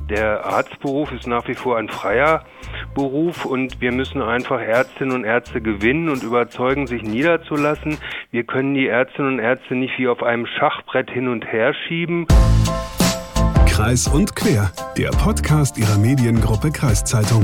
Der Arztberuf ist nach wie vor ein freier Beruf und wir müssen einfach Ärztinnen und Ärzte gewinnen und überzeugen, sich niederzulassen. Wir können die Ärztinnen und Ärzte nicht wie auf einem Schachbrett hin und her schieben. Kreis und Quer, der Podcast Ihrer Mediengruppe Kreiszeitung.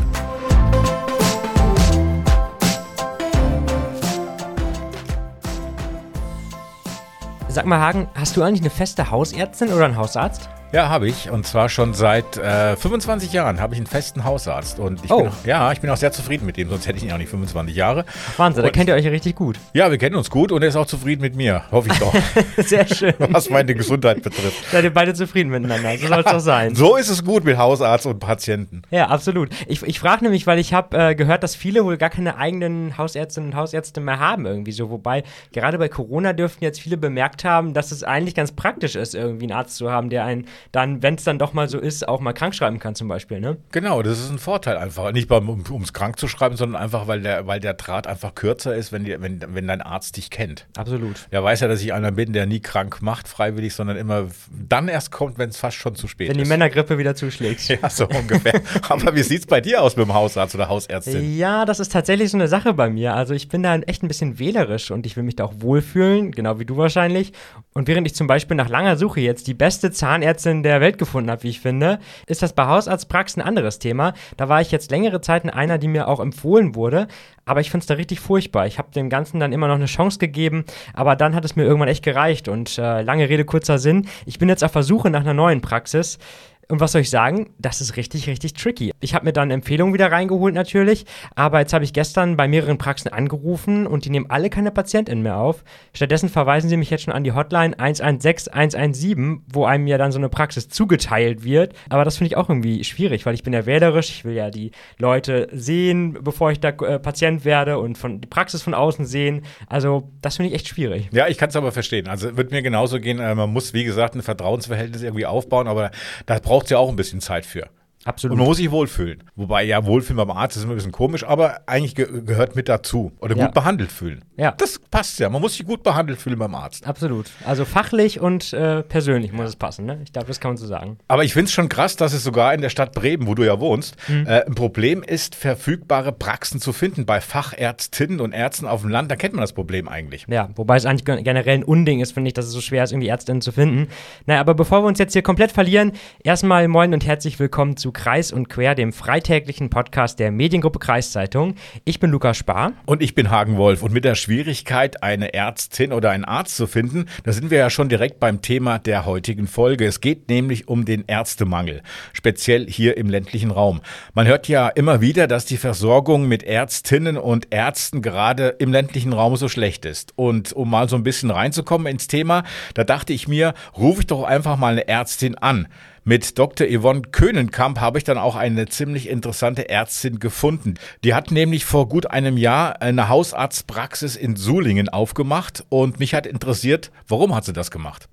Sag mal, Hagen, hast du eigentlich eine feste Hausärztin oder einen Hausarzt? Ja, habe ich. Und zwar schon seit 25 Jahren habe ich einen festen Hausarzt. Und ich bin auch sehr zufrieden mit dem, sonst hätte ich ihn auch nicht 25 Jahre. Wahnsinn, da kennt ihr euch ja richtig gut. Ja, wir kennen uns gut und er ist auch zufrieden mit mir, hoffe ich doch. Sehr schön. Was meine Gesundheit betrifft. Seid ihr beide zufrieden miteinander, so soll es doch sein. So ist es gut mit Hausarzt und Patienten. Ja, absolut. Ich frage nämlich, weil ich habe gehört, dass viele wohl gar keine eigenen Hausärztinnen und Hausärzte mehr haben irgendwie so. Wobei, gerade bei Corona dürften jetzt viele bemerkt haben, dass es eigentlich ganz praktisch ist, irgendwie einen Arzt zu haben, der einen dann, wenn es dann doch mal so ist, auch mal krank schreiben kann zum Beispiel, ne? Genau, das ist ein Vorteil einfach. Nicht ums krank zu schreiben, sondern einfach, weil der Draht einfach kürzer ist, wenn dein Arzt dich kennt. Absolut. Der weiß ja, dass ich einer bin, der nie krank macht, freiwillig, sondern immer dann erst kommt, wenn es fast schon zu spät ist. Wenn die Männergrippe wieder zuschlägt. Ja, so ungefähr. Aber wie sieht es bei dir aus mit dem Hausarzt oder Hausärztin? Ja, das ist tatsächlich so eine Sache bei mir. Also ich bin da echt ein bisschen wählerisch und ich will mich da auch wohlfühlen, genau wie du wahrscheinlich. Und während ich zum Beispiel nach langer Suche jetzt die beste Zahnärztin der Welt gefunden habe, wie ich finde, ist das bei Hausarztpraxen ein anderes Thema. Da war ich jetzt längere Zeit in einer, die mir auch empfohlen wurde, aber ich finde es da richtig furchtbar. Ich habe dem Ganzen dann immer noch eine Chance gegeben, aber dann hat es mir irgendwann echt gereicht und lange Rede, kurzer Sinn. Ich bin jetzt auf der Suche nach einer neuen Praxis. Und was soll ich sagen? Das ist richtig, richtig tricky. Ich habe mir dann Empfehlungen wieder reingeholt natürlich, aber jetzt habe ich gestern bei mehreren Praxen angerufen und die nehmen alle keine PatientInnen mehr auf. Stattdessen verweisen sie mich jetzt schon an die Hotline 116 117, wo einem ja dann so eine Praxis zugeteilt wird. Aber das finde ich auch irgendwie schwierig, weil ich bin ja wählerisch, ich will ja die Leute sehen, bevor ich da Patient werde und die Praxis von außen sehen. Also das finde ich echt schwierig. Ja, ich kann es aber verstehen. Also wird mir genauso gehen, man muss, wie gesagt, ein Vertrauensverhältnis irgendwie aufbauen, aber da braucht es ja auch ein bisschen Zeit für. Absolut. Und man muss sich wohlfühlen. Wobei, ja, wohlfühlen beim Arzt ist immer ein bisschen komisch, aber eigentlich gehört mit dazu. Oder gut behandelt fühlen. Ja. Das passt ja. Man muss sich gut behandelt fühlen beim Arzt. Absolut. Also fachlich und persönlich muss es passen, ne? Ich glaube, das kann man so sagen. Aber ich finde es schon krass, dass es sogar in der Stadt Bremen, wo du ja wohnst, ein Problem ist, verfügbare Praxen zu finden bei Fachärztinnen und Ärzten auf dem Land. Da kennt man das Problem eigentlich. Ja, wobei es eigentlich generell ein Unding ist, finde ich, dass es so schwer ist, irgendwie Ärztinnen zu finden. Naja, aber bevor wir uns jetzt hier komplett verlieren, erstmal moin und herzlich willkommen zu Kreis und Quer, dem freitäglichen Podcast der Mediengruppe Kreiszeitung. Ich bin Lukas Spar. Und ich bin Hagen Wolf. Und mit der Schwierigkeit, eine Ärztin oder einen Arzt zu finden, da sind wir ja schon direkt beim Thema der heutigen Folge. Es geht nämlich um den Ärztemangel, speziell hier im ländlichen Raum. Man hört ja immer wieder, dass die Versorgung mit Ärztinnen und Ärzten gerade im ländlichen Raum so schlecht ist. Und um mal so ein bisschen reinzukommen ins Thema, da dachte ich mir, rufe ich doch einfach mal eine Ärztin an. Mit Dr. Yvonne Könenkamp habe ich dann auch eine ziemlich interessante Ärztin gefunden. Die hat nämlich vor gut einem Jahr eine Hausarztpraxis in Sulingen aufgemacht und mich hat interessiert, warum hat sie das gemacht?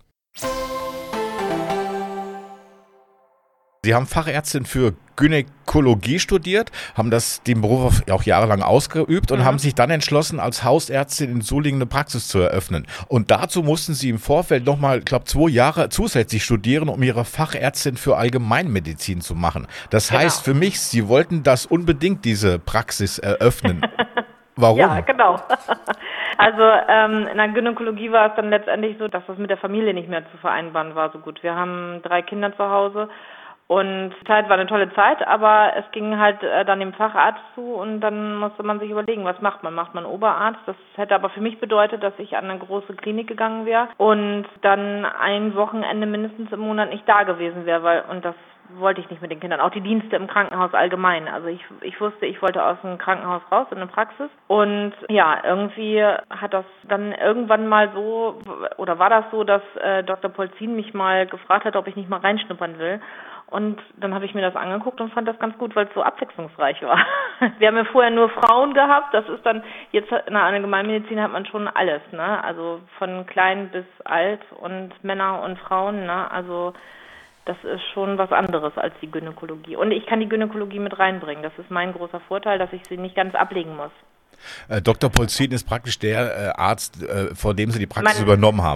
Sie haben Fachärztin für Gynäkologie studiert, haben den Beruf auch jahrelang ausgeübt und haben sich dann entschlossen, als Hausärztin in Sulingen eine Praxis zu eröffnen. Und dazu mussten sie im Vorfeld nochmal, ich glaube, 2 Jahre zusätzlich studieren, um ihre Fachärztin für Allgemeinmedizin zu machen. Das heißt für mich, sie wollten unbedingt diese Praxis eröffnen. Warum? Ja, genau. Also in der Gynäkologie war es dann letztendlich so, dass das mit der Familie nicht mehr zu vereinbaren war so gut. Wir haben 3 Kinder zu Hause. Und die Zeit war eine tolle Zeit, aber es ging halt dann dem Facharzt zu und dann musste man sich überlegen, was macht man? Macht man Oberarzt? Das hätte aber für mich bedeutet, dass ich an eine große Klinik gegangen wäre und dann ein Wochenende mindestens im Monat nicht da gewesen wäre, und das wollte ich nicht mit den Kindern. Auch die Dienste im Krankenhaus allgemein. Also ich wusste, ich wollte aus dem Krankenhaus raus in eine Praxis. Und ja, irgendwie hat das dann irgendwann mal so, oder war das so, dass Dr. Polzin mich mal gefragt hat, ob ich nicht mal reinschnuppern will. Und dann habe ich mir das angeguckt und fand das ganz gut, weil es so abwechslungsreich war. Wir haben ja vorher nur Frauen gehabt. Das ist dann, jetzt in der Allgemeinmedizin hat man schon alles, ne? Also von klein bis alt und Männer und Frauen, ne? Also das ist schon was anderes als die Gynäkologie. Und ich kann die Gynäkologie mit reinbringen. Das ist mein großer Vorteil, dass ich sie nicht ganz ablegen muss. Dr. Polzin ist praktisch der Arzt, vor dem Sie die Praxis übernommen haben.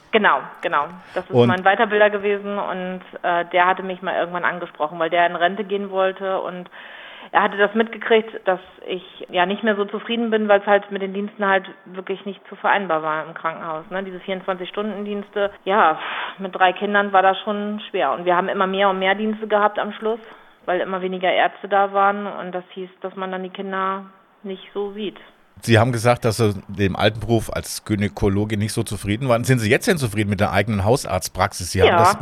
Genau. Das ist mein Weiterbilder gewesen und der hatte mich mal irgendwann angesprochen, weil der in Rente gehen wollte und er hatte das mitgekriegt, dass ich ja nicht mehr so zufrieden bin, weil es halt mit den Diensten halt wirklich nicht zu vereinbar war im Krankenhaus. Ne? Diese 24-Stunden-Dienste, ja, mit 3 Kindern war das schon schwer. Und wir haben immer mehr und mehr Dienste gehabt am Schluss, weil immer weniger Ärzte da waren und das hieß, dass man dann die Kinder nicht so sieht. Sie haben gesagt, dass Sie dem alten Beruf als Gynäkologin nicht so zufrieden waren. Sind Sie jetzt denn zufrieden mit der eigenen Hausarztpraxis?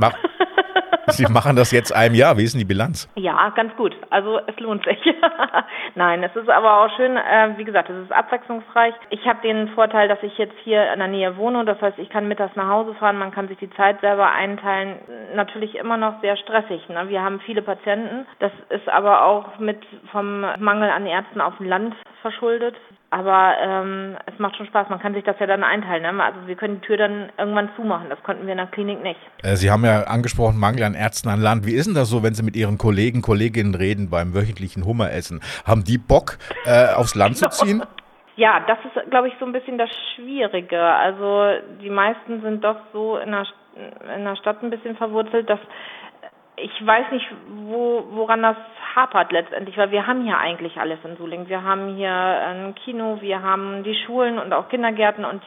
Sie machen das jetzt einem Jahr. Wie ist denn die Bilanz? Ja, ganz gut. Also es lohnt sich. Nein, es ist aber auch schön, wie gesagt, es ist abwechslungsreich. Ich habe den Vorteil, dass ich jetzt hier in der Nähe wohne. Das heißt, ich kann mittags nach Hause fahren, man kann sich die Zeit selber einteilen. Natürlich immer noch sehr stressig. Ne? Wir haben viele Patienten. Das ist aber auch vom Mangel an Ärzten auf dem Land verschuldet. Aber es macht schon Spaß, man kann sich das ja dann einteilen. Ne? Also wir können die Tür dann irgendwann zumachen, das konnten wir in der Klinik nicht. Sie haben ja angesprochen, Mangel an Ärzten an Land. Wie ist denn das so, wenn Sie mit Ihren Kolleginnen reden beim wöchentlichen Hummeressen? Haben die Bock, aufs Land zu ziehen? Ja, das ist, glaube ich, so ein bisschen das Schwierige. Also die meisten sind doch so in der Stadt ein bisschen verwurzelt, dass ich weiß nicht, woran das hapert letztendlich, weil wir haben hier eigentlich alles in Sulingen. Wir haben hier ein Kino, wir haben die Schulen und auch Kindergärten und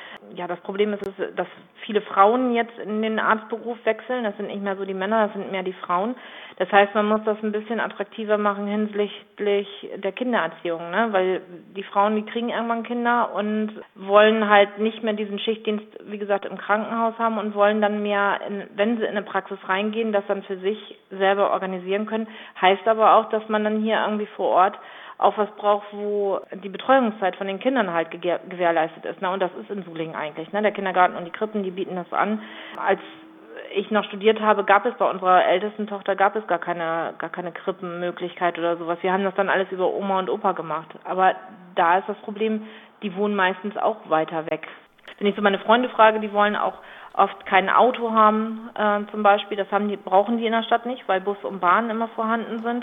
das Problem ist, dass viele Frauen jetzt in den Arztberuf wechseln. Das sind nicht mehr so die Männer, das sind mehr die Frauen. Das heißt, man muss das ein bisschen attraktiver machen hinsichtlich der Kindererziehung, ne? Weil die Frauen, die kriegen irgendwann Kinder und wollen halt nicht mehr diesen Schichtdienst, wie gesagt, im Krankenhaus haben und wollen dann mehr, wenn sie in eine Praxis reingehen, das dann für sich selber organisieren können. Heißt aber auch, dass man dann hier irgendwie vor Ort auch was braucht, wo die Betreuungszeit von den Kindern halt gewährleistet ist. Und das ist in Sulingen eigentlich. Ne? Der Kindergarten und die Krippen, die bieten das an. Als ich noch studiert habe, gab es bei unserer ältesten Tochter gar keine Krippenmöglichkeit oder sowas. Wir haben das dann alles über Oma und Opa gemacht. Aber da ist das Problem, die wohnen meistens auch weiter weg. Wenn ich so meine Freunde frage, die wollen auch oft kein Auto haben, zum Beispiel. Brauchen die in der Stadt nicht, weil Bus und Bahn immer vorhanden sind.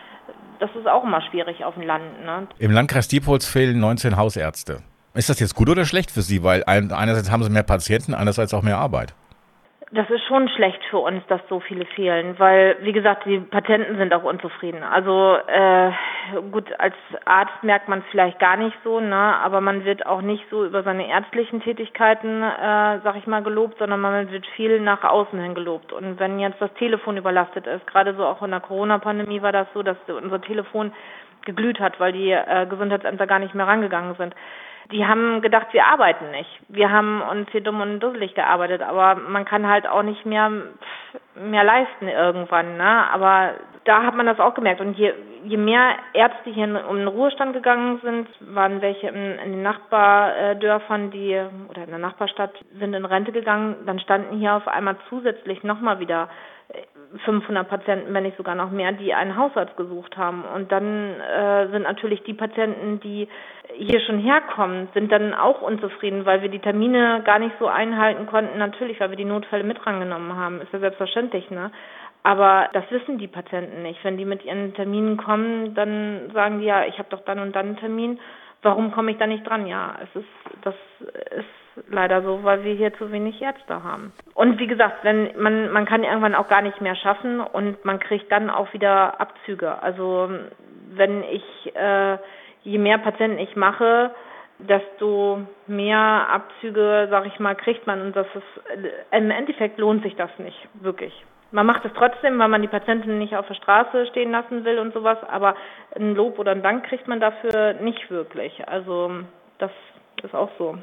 Das ist auch immer schwierig auf dem Land. Ne? Im Landkreis Diepholz fehlen 19 Hausärzte. Ist das jetzt gut oder schlecht für Sie? Weil einerseits haben Sie mehr Patienten, andererseits auch mehr Arbeit. Das ist schon schlecht für uns, dass so viele fehlen, weil, wie gesagt, die Patienten sind auch unzufrieden. Also gut, als Arzt merkt man es vielleicht gar nicht so, ne, aber man wird auch nicht so über seine ärztlichen Tätigkeiten, sag ich mal, gelobt, sondern man wird viel nach außen hin gelobt. Und wenn jetzt das Telefon überlastet ist, gerade so auch in der Corona-Pandemie war das so, dass unser Telefon geglüht hat, weil die Gesundheitsämter gar nicht mehr rangegangen sind. Die haben gedacht, wir arbeiten nicht. Wir haben uns hier dumm und dusselig gearbeitet, aber man kann halt auch nicht mehr leisten irgendwann, ne? Aber da hat man das auch gemerkt. Und je mehr Ärzte hier um den Ruhestand gegangen sind, waren welche in den Nachbardörfern, oder in der Nachbarstadt sind in Rente gegangen, dann standen hier auf einmal zusätzlich nochmal wieder 500 Patienten, wenn nicht sogar noch mehr, die einen Hausarzt gesucht haben. Und dann sind natürlich die Patienten, die hier schon herkommen, sind dann auch unzufrieden, weil wir die Termine gar nicht so einhalten konnten. Natürlich, weil wir die Notfälle mit rangenommen haben. Ist ja selbstverständlich, ne? Aber das wissen die Patienten nicht. Wenn die mit ihren Terminen kommen, dann sagen die, ja, ich habe doch dann und dann einen Termin. Warum komme ich da nicht dran? Ja, das ist leider so, weil wir hier zu wenig Ärzte haben. Und wie gesagt, man kann irgendwann auch gar nicht mehr schaffen und man kriegt dann auch wieder Abzüge. Also wenn je mehr Patienten ich mache, desto mehr Abzüge, sag ich mal, kriegt man. Und im Endeffekt lohnt sich das nicht, wirklich. Man macht es trotzdem, weil man die Patienten nicht auf der Straße stehen lassen will und sowas, aber ein Lob oder ein Dank kriegt man dafür nicht wirklich. Also das ist auch so.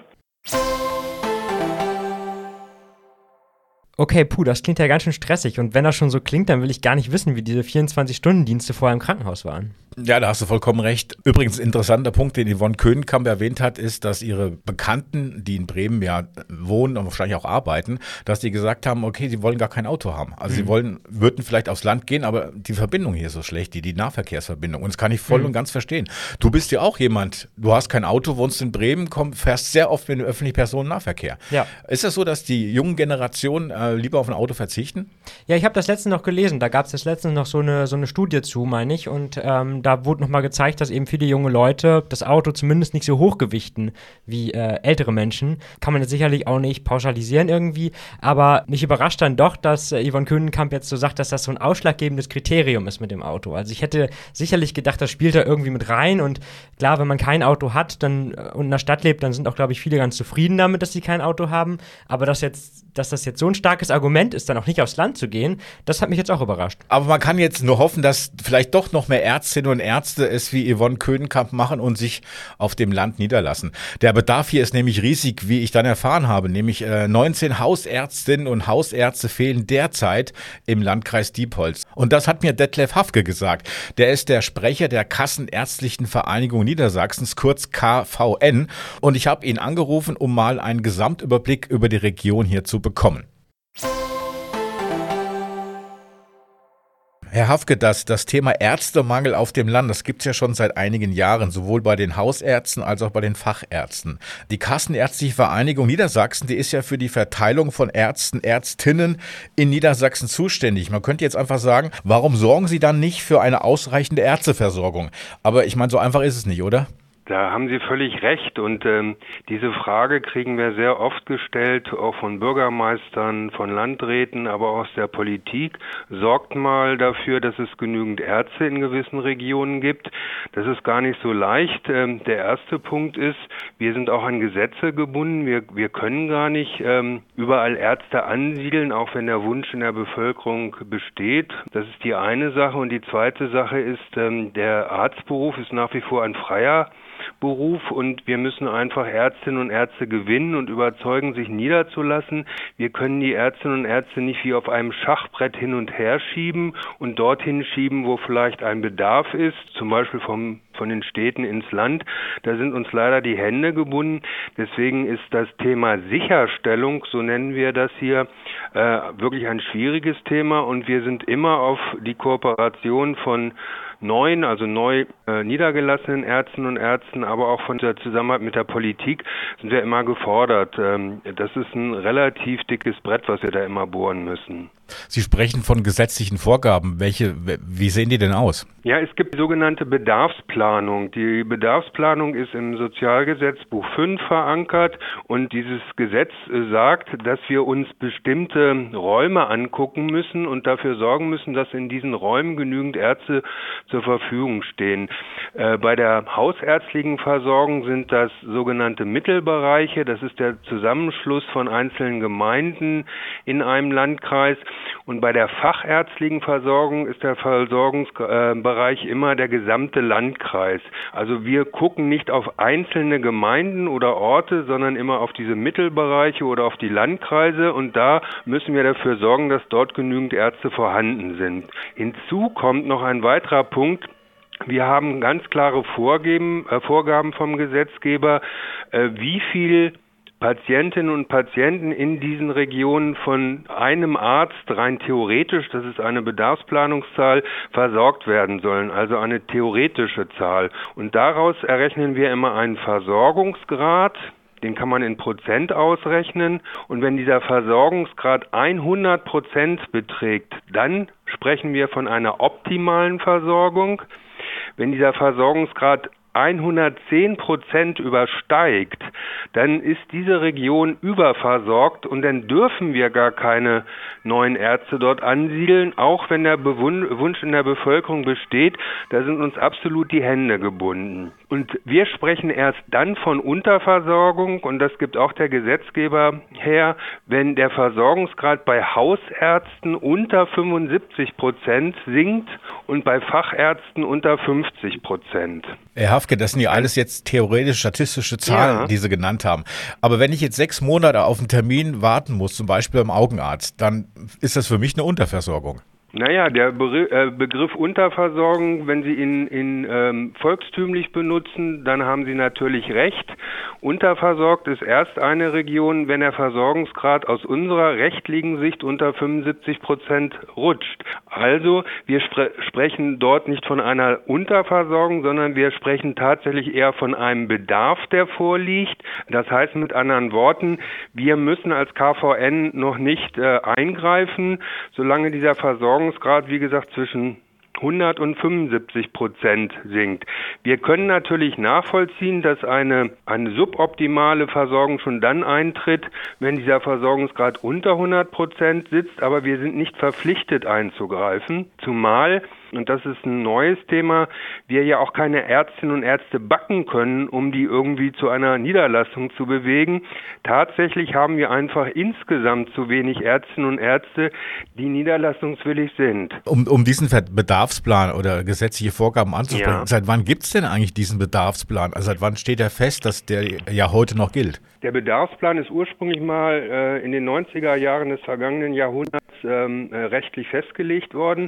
Okay, das klingt ja ganz schön stressig. Und wenn das schon so klingt, dann will ich gar nicht wissen, wie diese 24-Stunden-Dienste vorher im Krankenhaus waren. Ja, da hast du vollkommen recht. Übrigens, ein interessanter Punkt, den Yvonne Königkamp erwähnt hat, ist, dass ihre Bekannten, die in Bremen ja wohnen und wahrscheinlich auch arbeiten, dass die gesagt haben, okay, sie wollen gar kein Auto haben. Also sie würden vielleicht aufs Land gehen, aber die Verbindung hier ist so schlecht, die Nahverkehrsverbindung. Und das kann ich voll und ganz verstehen. Du bist ja auch jemand, du hast kein Auto, wohnst in Bremen, fährst sehr oft mit dem öffentlichen Personennahverkehr. Ja. Ist das so, dass die jungen Generationen lieber auf ein Auto verzichten? Ja, ich habe das letztens noch gelesen. Da gab es das letztens noch so eine Studie zu, meine ich. Und Und da wurde nochmal gezeigt, dass eben viele junge Leute das Auto zumindest nicht so hochgewichten wie ältere Menschen. Kann man jetzt sicherlich auch nicht pauschalisieren irgendwie, aber mich überrascht dann doch, dass Yvonne Kühnenkamp jetzt so sagt, dass das so ein ausschlaggebendes Kriterium ist mit dem Auto. Also ich hätte sicherlich gedacht, das spielt da irgendwie mit rein und klar, wenn man kein Auto hat und in der Stadt lebt, dann sind auch, glaube ich, viele ganz zufrieden damit, dass sie kein Auto haben, aber dass das jetzt so ein starkes Argument ist, dann auch nicht aufs Land zu gehen, das hat mich jetzt auch überrascht. Aber man kann jetzt nur hoffen, dass vielleicht doch noch mehr Ärztinnen und Ärzte es wie Yvonne Kühnenkamp machen und sich auf dem Land niederlassen. Der Bedarf hier ist nämlich riesig, wie ich dann erfahren habe, nämlich 19 Hausärztinnen und Hausärzte fehlen derzeit im Landkreis Diepholz. Und das hat mir Detlef Hafke gesagt. Der ist der Sprecher der Kassenärztlichen Vereinigung Niedersachsens, kurz KVN. Und ich habe ihn angerufen, um mal einen Gesamtüberblick über die Region hier zu bekommen. Herr Hafke, das Thema Ärztemangel auf dem Land, das gibt es ja schon seit einigen Jahren, sowohl bei den Hausärzten als auch bei den Fachärzten. Die Kassenärztliche Vereinigung Niedersachsen, die ist ja für die Verteilung von Ärzten, Ärztinnen in Niedersachsen zuständig. Man könnte jetzt einfach sagen, warum sorgen Sie dann nicht für eine ausreichende Ärzteversorgung? Aber ich meine, so einfach ist es nicht, oder? Da haben Sie völlig recht und diese Frage kriegen wir sehr oft gestellt, auch von Bürgermeistern, von Landräten, aber auch aus der Politik. Sorgt mal dafür, dass es genügend Ärzte in gewissen Regionen gibt. Das ist gar nicht so leicht. Der erste Punkt ist, wir sind auch an Gesetze gebunden. Wir können gar nicht überall Ärzte ansiedeln, auch wenn der Wunsch in der Bevölkerung besteht. Das ist die eine Sache. Und die zweite Sache ist, der Arztberuf ist nach wie vor ein freier Beruf und wir müssen einfach Ärztinnen und Ärzte gewinnen und überzeugen, sich niederzulassen. Wir können die Ärztinnen und Ärzte nicht wie auf einem Schachbrett hin und her schieben und dorthin schieben, wo vielleicht ein Bedarf ist, zum Beispiel von den Städten ins Land. Da sind uns leider die Hände gebunden. Deswegen ist das Thema Sicherstellung, so nennen wir das hier, wirklich ein schwieriges Thema und wir sind immer auf die Kooperation von neu niedergelassenen Ärztinnen und Ärzten, aber auch von der Zusammenarbeit mit der Politik sind wir immer gefordert. Das ist ein relativ dickes Brett, was wir da immer bohren müssen. Sie sprechen von gesetzlichen Vorgaben. Wie sehen die denn aus? Ja, es gibt die sogenannte Bedarfsplanung. Die Bedarfsplanung ist im Sozialgesetzbuch 5 verankert und dieses Gesetz sagt, dass wir uns bestimmte Räume angucken müssen und dafür sorgen müssen, dass in diesen Räumen genügend Ärzte zur Verfügung stehen. Bei der hausärztlichen Versorgung sind das sogenannte Mittelbereiche. Das ist der Zusammenschluss von einzelnen Gemeinden in einem Landkreis. Und bei der fachärztlichen Versorgung ist der Versorgungsbereich immer der gesamte Landkreis. Also wir gucken nicht auf einzelne Gemeinden oder Orte, sondern immer auf diese Mittelbereiche oder auf die Landkreise und da müssen wir dafür sorgen, dass dort genügend Ärzte vorhanden sind. Hinzu kommt noch ein weiterer Punkt. Wir haben ganz klare Vorgaben vom Gesetzgeber, wie viel Patientinnen und Patienten in diesen Regionen von einem Arzt rein theoretisch, das ist eine Bedarfsplanungszahl, versorgt werden sollen, also eine theoretische Zahl. Und daraus errechnen wir immer einen Versorgungsgrad, den kann man in Prozent ausrechnen. Und wenn dieser Versorgungsgrad 100% beträgt, dann sprechen wir von einer optimalen Versorgung. Wenn dieser Versorgungsgrad 110% übersteigt, dann ist diese Region überversorgt und dann dürfen wir gar keine neuen Ärzte dort ansiedeln, auch wenn der Wunsch in der Bevölkerung besteht, da sind uns absolut die Hände gebunden. Und wir sprechen erst dann von Unterversorgung und das gibt auch der Gesetzgeber her, wenn der Versorgungsgrad bei Hausärzten unter 75% sinkt und bei Fachärzten unter 50%. Herr Hafke, das sind ja alles jetzt theoretisch statistische Zahlen, die Sie genannt haben. Aber wenn ich jetzt 6 Monate auf einen Termin warten muss, zum Beispiel beim Augenarzt, dann ist das für mich eine Unterversorgung. Naja, der Begriff Unterversorgung, wenn Sie ihn volkstümlich benutzen, dann haben Sie natürlich recht. Unterversorgt ist erst eine Region, wenn der Versorgungsgrad aus unserer rechtlichen Sicht unter 75% rutscht. Also wir sprechen dort nicht von einer Unterversorgung, sondern wir sprechen tatsächlich eher von einem Bedarf, der vorliegt. Das heißt mit anderen Worten, wir müssen als KVN noch nicht eingreifen, solange dieser Versorgungsgrad, wie gesagt, zwischen 175% sinkt. Wir können natürlich nachvollziehen, dass eine suboptimale Versorgung schon dann eintritt, wenn dieser Versorgungsgrad unter 100% sitzt, aber wir sind nicht verpflichtet einzugreifen, zumal, und das ist ein neues Thema, wir ja auch keine Ärztinnen und Ärzte backen können, um die irgendwie zu einer Niederlassung zu bewegen. Tatsächlich haben wir einfach insgesamt zu wenig Ärztinnen und Ärzte, die niederlassungswillig sind. Um diesen Bedarfsplan oder gesetzliche Vorgaben anzusprechen, Ja. Seit wann gibt es denn eigentlich diesen Bedarfsplan? Also seit wann steht er fest, dass der ja heute noch gilt? Der Bedarfsplan ist ursprünglich mal in den 90er Jahren des vergangenen Jahrhunderts rechtlich festgelegt worden.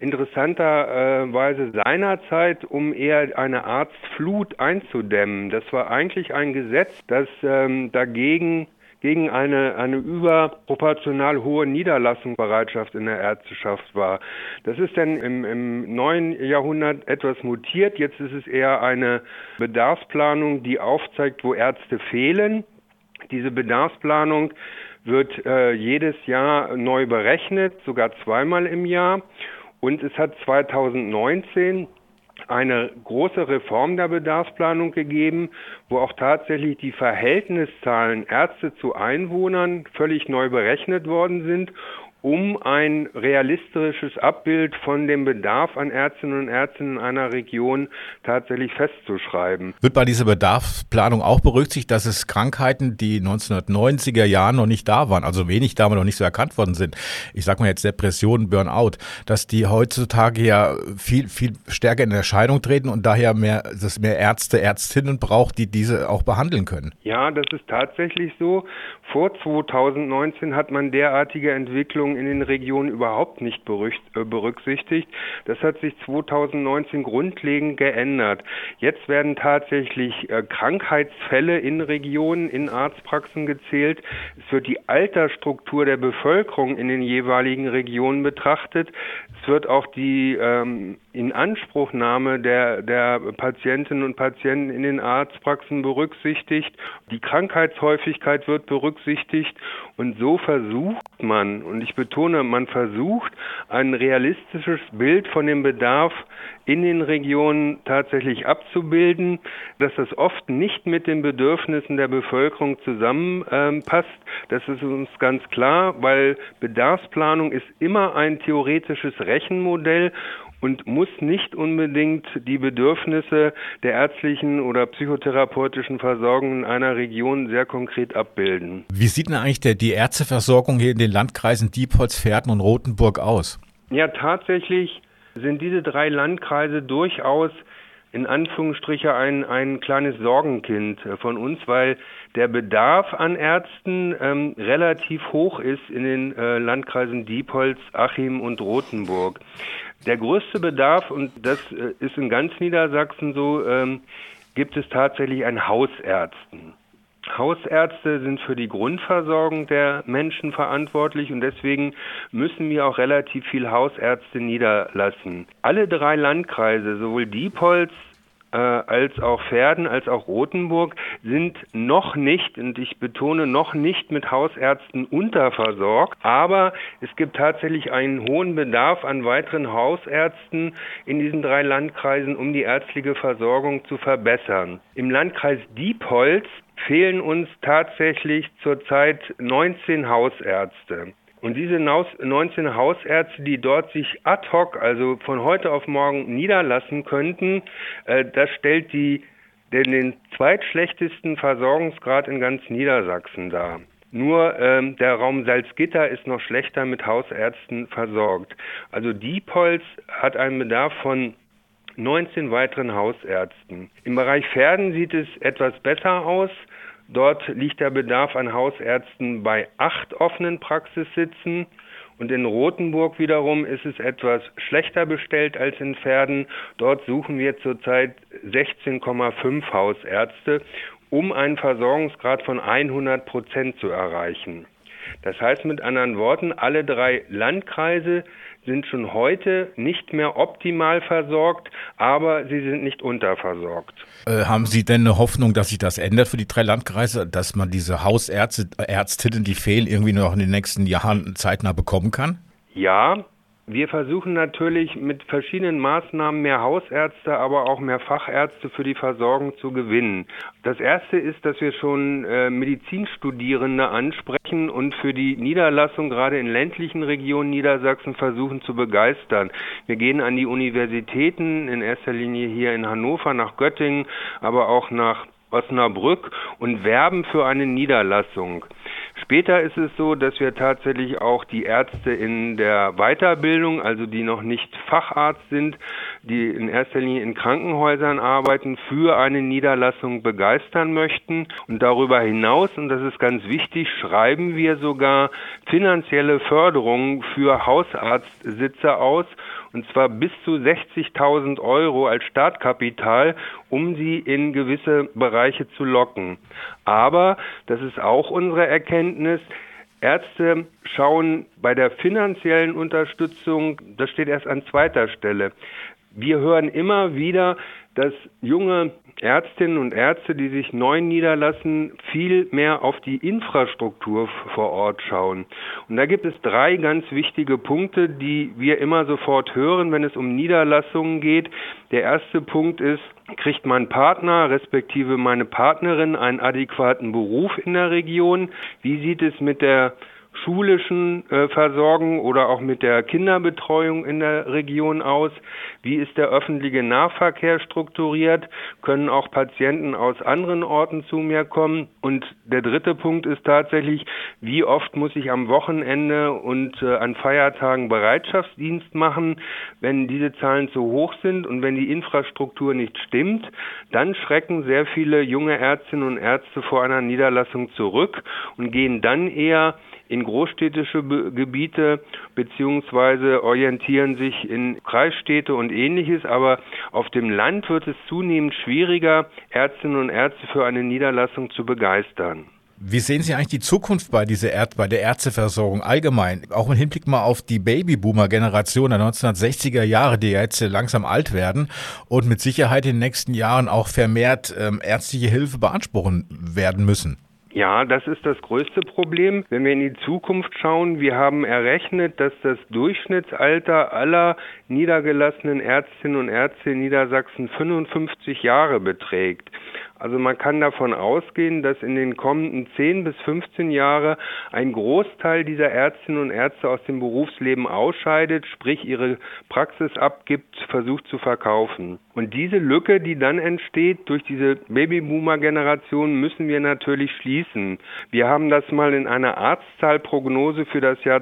Interessanterweise seinerzeit, um eher eine Arztflut einzudämmen. Das war eigentlich ein Gesetz, das gegen eine überproportional hohe Niederlassungsbereitschaft in der Ärzteschaft war. Das ist dann im neuen Jahrhundert etwas mutiert. Jetzt ist es eher eine Bedarfsplanung, die aufzeigt, wo Ärzte fehlen. Diese Bedarfsplanung wird jedes Jahr neu berechnet, sogar zweimal im Jahr. Und es hat 2019 eine große Reform der Bedarfsplanung gegeben, wo auch tatsächlich die Verhältniszahlen Ärzte zu Einwohnern völlig neu berechnet worden sind, um ein realistisches Abbild von dem Bedarf an Ärztinnen und Ärzten in einer Region tatsächlich festzuschreiben. Wird bei dieser Bedarfsplanung auch berücksichtigt, dass es Krankheiten, die 1990er Jahren noch nicht da waren, also wenig da, aber noch nicht so erkannt worden sind, ich sag mal jetzt Depressionen, Burnout, dass die heutzutage ja viel, viel stärker in Erscheinung treten und daher mehr Ärzte, Ärztinnen braucht, die diese auch behandeln können? Ja, das ist tatsächlich so. Vor 2019 hat man derartige Entwicklungen in den Regionen überhaupt nicht berücksichtigt. Das hat sich 2019 grundlegend geändert. Jetzt werden tatsächlich Krankheitsfälle in Regionen, in Arztpraxen gezählt. Es wird die Altersstruktur der Bevölkerung in den jeweiligen Regionen betrachtet. Es wird auch die Inanspruchnahme der Patientinnen und Patienten in den Arztpraxen berücksichtigt. Die Krankheitshäufigkeit wird berücksichtigt. Und so versucht man, und ich betone, man versucht, ein realistisches Bild von dem Bedarf in den Regionen tatsächlich abzubilden, dass das oft nicht mit den Bedürfnissen der Bevölkerung zusammenpasst. Das ist uns ganz klar, weil Bedarfsplanung ist immer ein theoretisches Rechenmodell und muss nicht unbedingt die Bedürfnisse der ärztlichen oder psychotherapeutischen Versorgung in einer Region sehr konkret abbilden. Wie sieht denn eigentlich die Ärzteversorgung hier in den Landkreisen Diepholz, Verden und Rothenburg aus? Ja, tatsächlich sind diese 3 Landkreise durchaus in Anführungsstriche ein kleines Sorgenkind von uns, weil der Bedarf an Ärzten relativ hoch ist in den Landkreisen Diepholz, Achim und Rothenburg. Der größte Bedarf, und das ist in ganz Niedersachsen so, gibt es tatsächlich an Hausärzten. Hausärzte sind für die Grundversorgung der Menschen verantwortlich und deswegen müssen wir auch relativ viel Hausärzte niederlassen. Alle 3 Landkreise, sowohl Diepholz als auch Verden, als auch Rothenburg, sind noch nicht, und ich betone noch nicht, mit Hausärzten unterversorgt, aber es gibt tatsächlich einen hohen Bedarf an weiteren Hausärzten in diesen 3 Landkreisen, um die ärztliche Versorgung zu verbessern. Im Landkreis Diepholz fehlen uns tatsächlich zurzeit 19 Hausärzte. Und diese 19 Hausärzte, die dort sich ad hoc, also von heute auf morgen niederlassen könnten, das stellt den zweitschlechtesten Versorgungsgrad in ganz Niedersachsen dar. Nur der Raum Salzgitter ist noch schlechter mit Hausärzten versorgt. Also Diepholz hat einen Bedarf von 19 weiteren Hausärzten. Im Bereich Verden sieht es etwas besser aus. Dort liegt der Bedarf an Hausärzten bei 8 offenen Praxissitzen und in Rothenburg wiederum ist es etwas schlechter bestellt als in Verden. Dort suchen wir zurzeit 16,5 Hausärzte, um einen Versorgungsgrad von 100% zu erreichen. Das heißt mit anderen Worten, alle 3 Landkreise sind schon heute nicht mehr optimal versorgt, aber sie sind nicht unterversorgt. Haben Sie denn eine Hoffnung, dass sich das ändert für die 3 Landkreise, dass man diese Hausärzte, Ärztinnen, die fehlen, irgendwie noch in den nächsten Jahren zeitnah bekommen kann? Ja, Wir versuchen natürlich mit verschiedenen Maßnahmen mehr Hausärzte, aber auch mehr Fachärzte für die Versorgung zu gewinnen. Das erste ist, dass wir schon Medizinstudierende ansprechen und für die Niederlassung gerade in ländlichen Regionen Niedersachsen versuchen zu begeistern. Wir gehen an die Universitäten, in erster Linie hier in Hannover, nach Göttingen, aber auch nach Osnabrück und werben für eine Niederlassung. Später ist es so, dass wir tatsächlich auch die Ärzte in der Weiterbildung, also die noch nicht Facharzt sind, die in erster Linie in Krankenhäusern arbeiten, für eine Niederlassung begeistern möchten. Und darüber hinaus, und das ist ganz wichtig, schreiben wir sogar finanzielle Förderungen für Hausarztsitze aus, und zwar bis zu 60.000 Euro als Startkapital, um sie in gewisse Bereiche zu locken. Aber, das ist auch unsere Erkenntnis, Ärzte schauen bei der finanziellen Unterstützung, das steht erst an zweiter Stelle. Wir hören immer wieder, dass junge Ärztinnen und Ärzte, die sich neu niederlassen, viel mehr auf die Infrastruktur vor Ort schauen. Und da gibt es 3 ganz wichtige Punkte, die wir immer sofort hören, wenn es um Niederlassungen geht. Der erste Punkt ist, kriegt mein Partner, respektive meine Partnerin, einen adäquaten Beruf in der Region? Wie sieht es mit der schulischen Versorgung oder auch mit der Kinderbetreuung in der Region aus? Wie ist der öffentliche Nahverkehr strukturiert? Können auch Patienten aus anderen Orten zu mir kommen? Und der dritte Punkt ist tatsächlich, wie oft muss ich am Wochenende und an Feiertagen Bereitschaftsdienst machen? Wenn diese Zahlen zu hoch sind und wenn die Infrastruktur nicht stimmt, dann schrecken sehr viele junge Ärztinnen und Ärzte vor einer Niederlassung zurück und gehen dann eher in großstädtische Gebiete beziehungsweise orientieren sich in Kreisstädte und Ähnliches, aber auf dem Land wird es zunehmend schwieriger, Ärztinnen und Ärzte für eine Niederlassung zu begeistern. Wie sehen Sie eigentlich die Zukunft bei der Ärzteversorgung allgemein? Auch im Hinblick mal auf die Babyboomer-Generation der 1960er Jahre, die jetzt langsam alt werden und mit Sicherheit in den nächsten Jahren auch vermehrt ärztliche Hilfe beanspruchen werden müssen. Ja, das ist das größte Problem. Wenn wir in die Zukunft schauen, wir haben errechnet, dass das Durchschnittsalter aller niedergelassenen Ärztinnen und Ärzte in Niedersachsen 55 Jahre beträgt. Also man kann davon ausgehen, dass in den kommenden 10 bis 15 Jahren ein Großteil dieser Ärztinnen und Ärzte aus dem Berufsleben ausscheidet, sprich ihre Praxis abgibt, versucht zu verkaufen. Und diese Lücke, die dann entsteht durch diese Babyboomer-Generation, müssen wir natürlich schließen. Wir haben das mal in einer Arztzahlprognose für das Jahr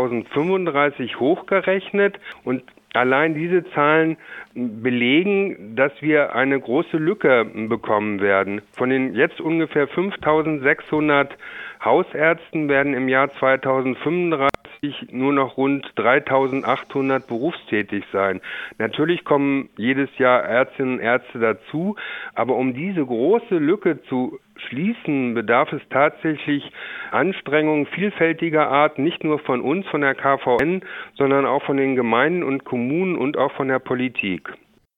2035 hochgerechnet und allein diese Zahlen belegen, dass wir eine große Lücke bekommen werden. Von den jetzt ungefähr 5.600 Hausärzten werden im Jahr 2035 nur noch rund 3.800 berufstätig sein. Natürlich kommen jedes Jahr Ärztinnen und Ärzte dazu, aber um diese große Lücke zu schließen, bedarf es tatsächlich Anstrengungen vielfältiger Art, nicht nur von uns, von der KVN, sondern auch von den Gemeinden und Kommunen und auch von der Politik.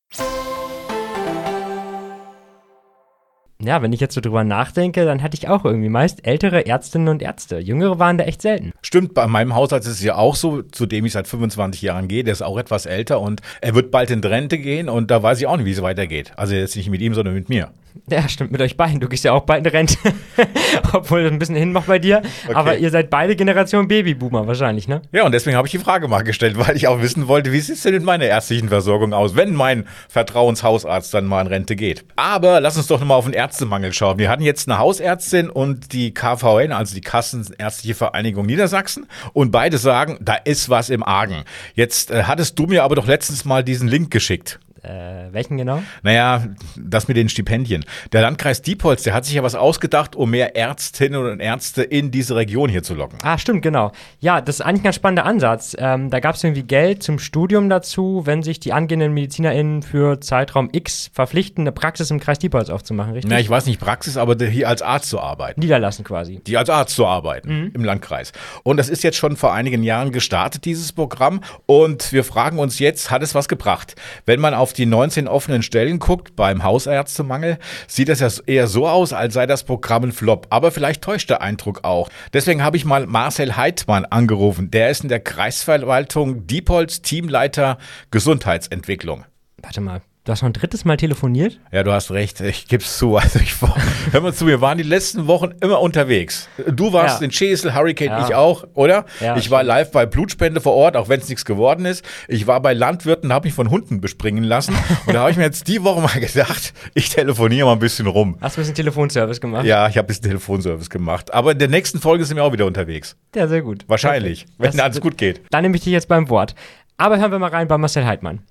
Ja, wenn ich jetzt so drüber nachdenke, dann hatte ich auch irgendwie meist ältere Ärztinnen und Ärzte. Jüngere waren da echt selten. Stimmt, bei meinem Hausarzt ist es ja auch so, zu dem ich seit 25 Jahren gehe. Der ist auch etwas älter und er wird bald in Rente gehen und da weiß ich auch nicht, wie es weitergeht. Also jetzt nicht mit ihm, sondern mit mir. Ja, stimmt, mit euch beiden. Du gehst ja auch bald in Rente. Obwohl das ein bisschen hin noch bei dir. Okay. Aber ihr seid beide Generation Babyboomer wahrscheinlich, ne? Ja, und deswegen habe ich die Frage mal gestellt, weil ich auch wissen wollte, wie sieht es denn mit meiner ärztlichen Versorgung aus, wenn mein Vertrauenshausarzt dann mal in Rente geht. Aber lass uns doch nochmal auf den Ärztemangel schauen. Wir hatten jetzt eine Hausärztin und die KVN, also die Kassenärztliche Vereinigung Niedersachsen. Und beide sagen, da ist was im Argen. Jetzt hattest du mir aber doch letztens mal diesen Link geschickt. Welchen genau? Naja, das mit den Stipendien. Der Landkreis Diepholz, der hat sich ja was ausgedacht, um mehr Ärztinnen und Ärzte in diese Region hier zu locken. Ah, stimmt, genau. Ja, das ist eigentlich ein ganz spannender Ansatz. Da gab es irgendwie Geld zum Studium dazu, wenn sich die angehenden MedizinerInnen für Zeitraum X verpflichten, eine Praxis im Kreis Diepholz aufzumachen, richtig? Na, ich weiß nicht Praxis, aber hier als Arzt zu arbeiten. Niederlassen quasi. Die als Arzt zu arbeiten im Landkreis. Und das ist jetzt schon vor einigen Jahren gestartet, dieses Programm. Und wir fragen uns jetzt, hat es was gebracht? Wenn man auf auf die 19 offenen Stellen guckt beim Hausärztemangel, sieht das ja eher so aus, als sei das Programm ein Flop. Aber vielleicht täuscht der Eindruck auch. Deswegen habe ich mal Marcel Heidmann angerufen. Der ist in der Kreisverwaltung Diepholz Teamleiter Gesundheitsentwicklung. Warte mal. Du hast noch ein drittes Mal telefoniert? Ja, du hast recht. Ich gebe es zu. Also hör mal zu, wir waren die letzten Wochen immer unterwegs. Du warst in Schesel, Hurricane, ich auch, oder? Ja, ich war live bei Blutspende vor Ort, auch wenn es nichts geworden ist. Ich war bei Landwirten, habe mich von Hunden bespringen lassen. Und da habe ich mir jetzt die Woche mal gedacht, ich telefoniere mal ein bisschen rum. Hast du ein bisschen Telefonservice gemacht? Ja, ich habe ein bisschen Telefonservice gemacht. Aber in der nächsten Folge sind wir auch wieder unterwegs. Ja, sehr gut. Wahrscheinlich, wenn alles gut geht. Dann nehme ich dich jetzt beim Wort. Aber hören wir mal rein bei Marcel Heidmann.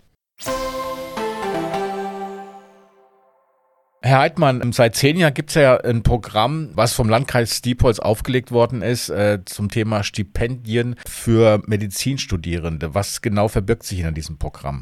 Herr Heidmann, seit 10 Jahren gibt es ja ein Programm, was vom Landkreis Diepholz aufgelegt worden ist, zum Thema Stipendien für Medizinstudierende. Was genau verbirgt sich hinter diesem Programm?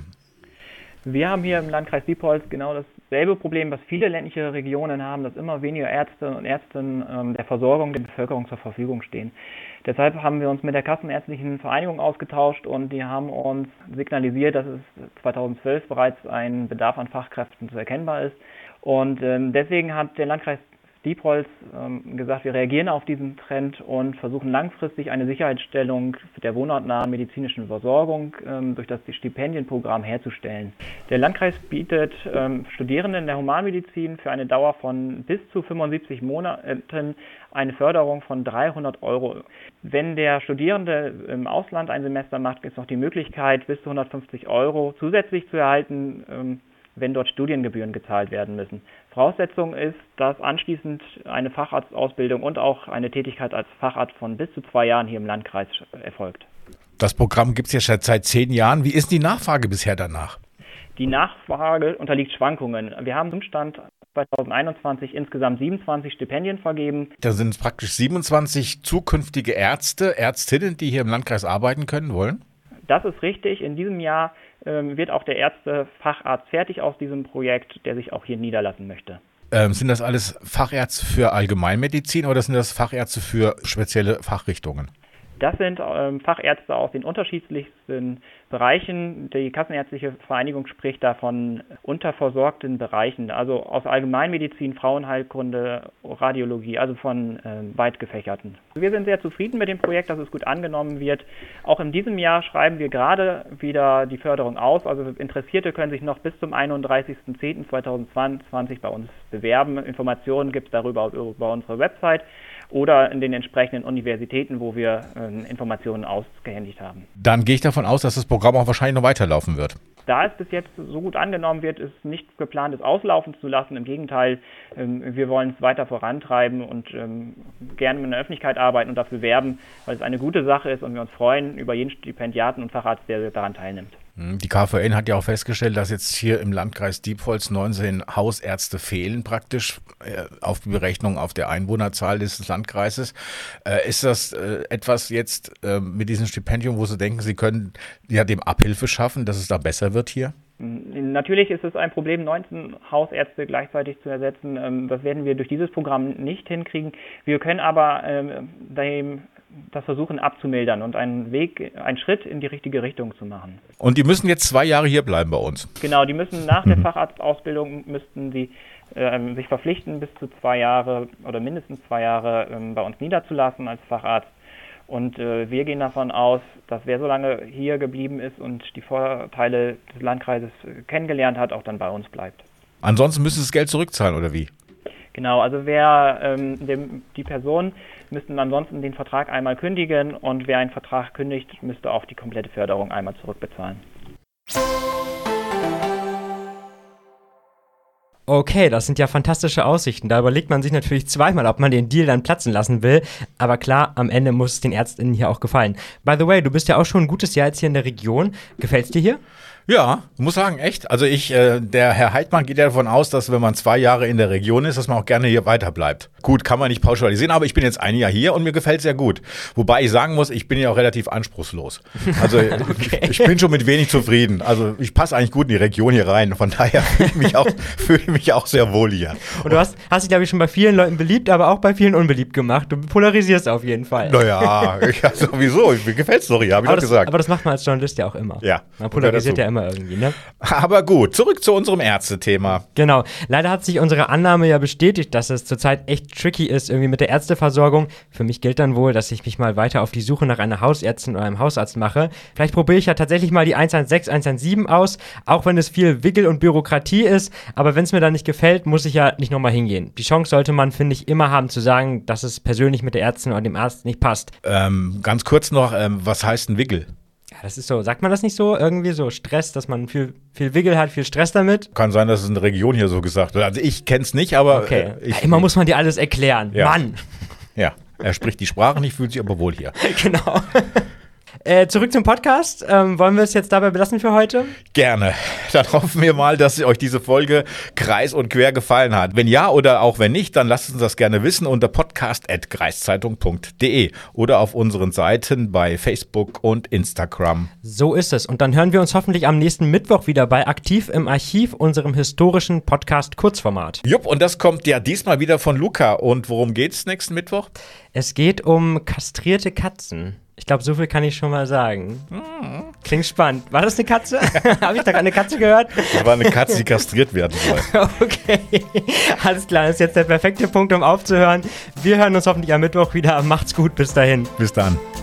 Wir haben hier im Landkreis Diepholz genau dasselbe Problem, was viele ländliche Regionen haben, dass immer weniger Ärzte und Ärztinnen der Versorgung der Bevölkerung zur Verfügung stehen. Deshalb haben wir uns mit der Kassenärztlichen Vereinigung ausgetauscht und die haben uns signalisiert, dass es 2012 bereits ein Bedarf an Fachkräften zu erkennbar ist. Und deswegen hat der Landkreis Diepholz gesagt, wir reagieren auf diesen Trend und versuchen langfristig eine Sicherheitsstellung der wohnortnahen medizinischen Versorgung durch das Stipendienprogramm herzustellen. Der Landkreis bietet Studierenden der Humanmedizin für eine Dauer von bis zu 75 Monaten eine Förderung von 300 €. Wenn der Studierende im Ausland ein Semester macht, ist noch die Möglichkeit, bis zu 150 € zusätzlich zu erhalten, wenn dort Studiengebühren gezahlt werden müssen. Voraussetzung ist, dass anschließend eine Facharztausbildung und auch eine Tätigkeit als Facharzt von bis zu 2 Jahren hier im Landkreis erfolgt. Das Programm gibt es ja schon seit 10 Jahren. Wie ist die Nachfrage bisher danach? Die Nachfrage unterliegt Schwankungen. Wir haben zum Stand 2021 insgesamt 27 Stipendien vergeben. Da sind es praktisch 27 zukünftige Ärzte, Ärztinnen, die hier im Landkreis arbeiten können wollen? Das ist richtig. In diesem Jahr wird auch der Ärztefacharzt fertig aus diesem Projekt, der sich auch hier niederlassen möchte. Sind das alles Fachärzte für Allgemeinmedizin oder sind das Fachärzte für spezielle Fachrichtungen? Das sind Fachärzte aus den unterschiedlichsten Bereichen. Die Kassenärztliche Vereinigung spricht da von unterversorgten Bereichen, also aus Allgemeinmedizin, Frauenheilkunde, Radiologie, also von weit gefächerten. Wir sind sehr zufrieden mit dem Projekt, dass es gut angenommen wird. Auch in diesem Jahr schreiben wir gerade wieder die Förderung aus. Also Interessierte können sich noch bis zum 31.10.2022 bei uns bewerben. Informationen gibt es darüber über unsere Website oder in den entsprechenden Universitäten, wo wir Informationen ausgehändigt haben. Dann gehe ich davon aus, dass das Programm auch wahrscheinlich noch weiterlaufen wird. Da es bis jetzt so gut angenommen wird, ist nicht geplant, es auslaufen zu lassen. Im Gegenteil, wir wollen es weiter vorantreiben und gerne mit der Öffentlichkeit arbeiten und dafür werben, weil es eine gute Sache ist und wir uns freuen über jeden Stipendiaten und Facharzt, der daran teilnimmt. Die KVN hat ja auch festgestellt, dass jetzt hier im Landkreis Diepholz 19 Hausärzte fehlen praktisch auf die Berechnung auf der Einwohnerzahl des Landkreises. Ist das etwas jetzt mit diesem Stipendium, wo Sie denken, Sie können ja dem Abhilfe schaffen, dass es da besser wird hier? Natürlich ist es ein Problem, 19 Hausärzte gleichzeitig zu ersetzen. Das werden wir durch dieses Programm nicht hinkriegen. Wir können aber das versuchen abzumildern und einen Schritt in die richtige Richtung zu machen. Und die müssen jetzt 2 Jahre hier bleiben bei uns? Genau, die müssen nach der Facharztausbildung müssten sie sich verpflichten, bis zu 2 Jahre oder mindestens 2 Jahre bei uns niederzulassen als Facharzt. Und wir gehen davon aus, dass wer so lange hier geblieben ist und die Vorteile des Landkreises kennengelernt hat, auch dann bei uns bleibt. Ansonsten müssen Sie das Geld zurückzahlen, oder wie? Genau, also die Personen müssten ansonsten den Vertrag einmal kündigen und wer einen Vertrag kündigt, müsste auch die komplette Förderung einmal zurückbezahlen. Okay, das sind ja fantastische Aussichten. Da überlegt man sich natürlich zweimal, ob man den Deal dann platzen lassen will. Aber klar, am Ende muss es den ÄrztInnen hier auch gefallen. By the way, du bist ja auch schon ein gutes Jahr jetzt hier in der Region. Gefällt's dir hier? Ja, muss sagen, echt. Also der Herr Heidmann geht ja davon aus, dass wenn man 2 Jahre in der Region ist, dass man auch gerne hier weiter bleibt. Gut, kann man nicht pauschalisieren, aber ich bin jetzt 1 Jahr hier und mir gefällt es sehr gut. Wobei ich sagen muss, ich bin ja auch relativ anspruchslos. Also okay. Ich bin schon mit wenig zufrieden. Also ich passe eigentlich gut in die Region hier rein. Von daher fühle ich mich auch sehr wohl hier. Und du hast dich, glaube ich, schon bei vielen Leuten beliebt, aber auch bei vielen unbeliebt gemacht. Du polarisierst auf jeden Fall. Naja, sowieso. Mir gefällt es doch hier, habe ich doch gesagt. Aber das macht man als Journalist ja auch immer. Ja. Man polarisiert ja immer immer irgendwie, ne? Aber gut, zurück zu unserem Ärztethema. Genau. Leider hat sich unsere Annahme ja bestätigt, dass es zurzeit echt tricky ist, irgendwie mit der Ärzteversorgung. Für mich gilt dann wohl, dass ich mich mal weiter auf die Suche nach einer Hausärztin oder einem Hausarzt mache. Vielleicht probiere ich ja tatsächlich mal die 116, 117 aus, auch wenn es viel Wickel und Bürokratie ist. Aber wenn es mir dann nicht gefällt, muss ich ja nicht nochmal hingehen. Die Chance sollte man, finde ich, immer haben zu sagen, dass es persönlich mit der Ärztin oder dem Arzt nicht passt. Ganz kurz noch, was heißt ein Wickel? Ja, das ist so, sagt man das nicht so? Irgendwie so Stress, dass man viel Wickel hat, viel Stress damit? Kann sein, dass es in der Region hier so gesagt wird. Also ich kenne es nicht, aber... Okay. Immer muss man dir alles erklären. Ja. Mann! Ja, er spricht die Sprache nicht, fühlt sich aber wohl hier. Genau. Zurück zum Podcast. Wollen wir es jetzt dabei belassen für heute? Gerne. Dann hoffen wir mal, dass euch diese Folge kreis und quer gefallen hat. Wenn ja oder auch wenn nicht, dann lasst uns das gerne wissen unter podcast@kreiszeitung.de oder auf unseren Seiten bei Facebook und Instagram. So ist es. Und dann hören wir uns hoffentlich am nächsten Mittwoch wieder bei Aktiv im Archiv, unserem historischen Podcast Kurzformat. Jupp, und das kommt ja diesmal wieder von Luca. Und worum geht's nächsten Mittwoch? Es geht um kastrierte Katzen. Ich glaube, so viel kann ich schon mal sagen. Klingt spannend. War das eine Katze? Habe ich da gerade eine Katze gehört? Das war eine Katze, die kastriert werden soll. Okay, alles klar. Das ist jetzt der perfekte Punkt, um aufzuhören. Wir hören uns hoffentlich am Mittwoch wieder. Macht's gut, bis dahin. Bis dann.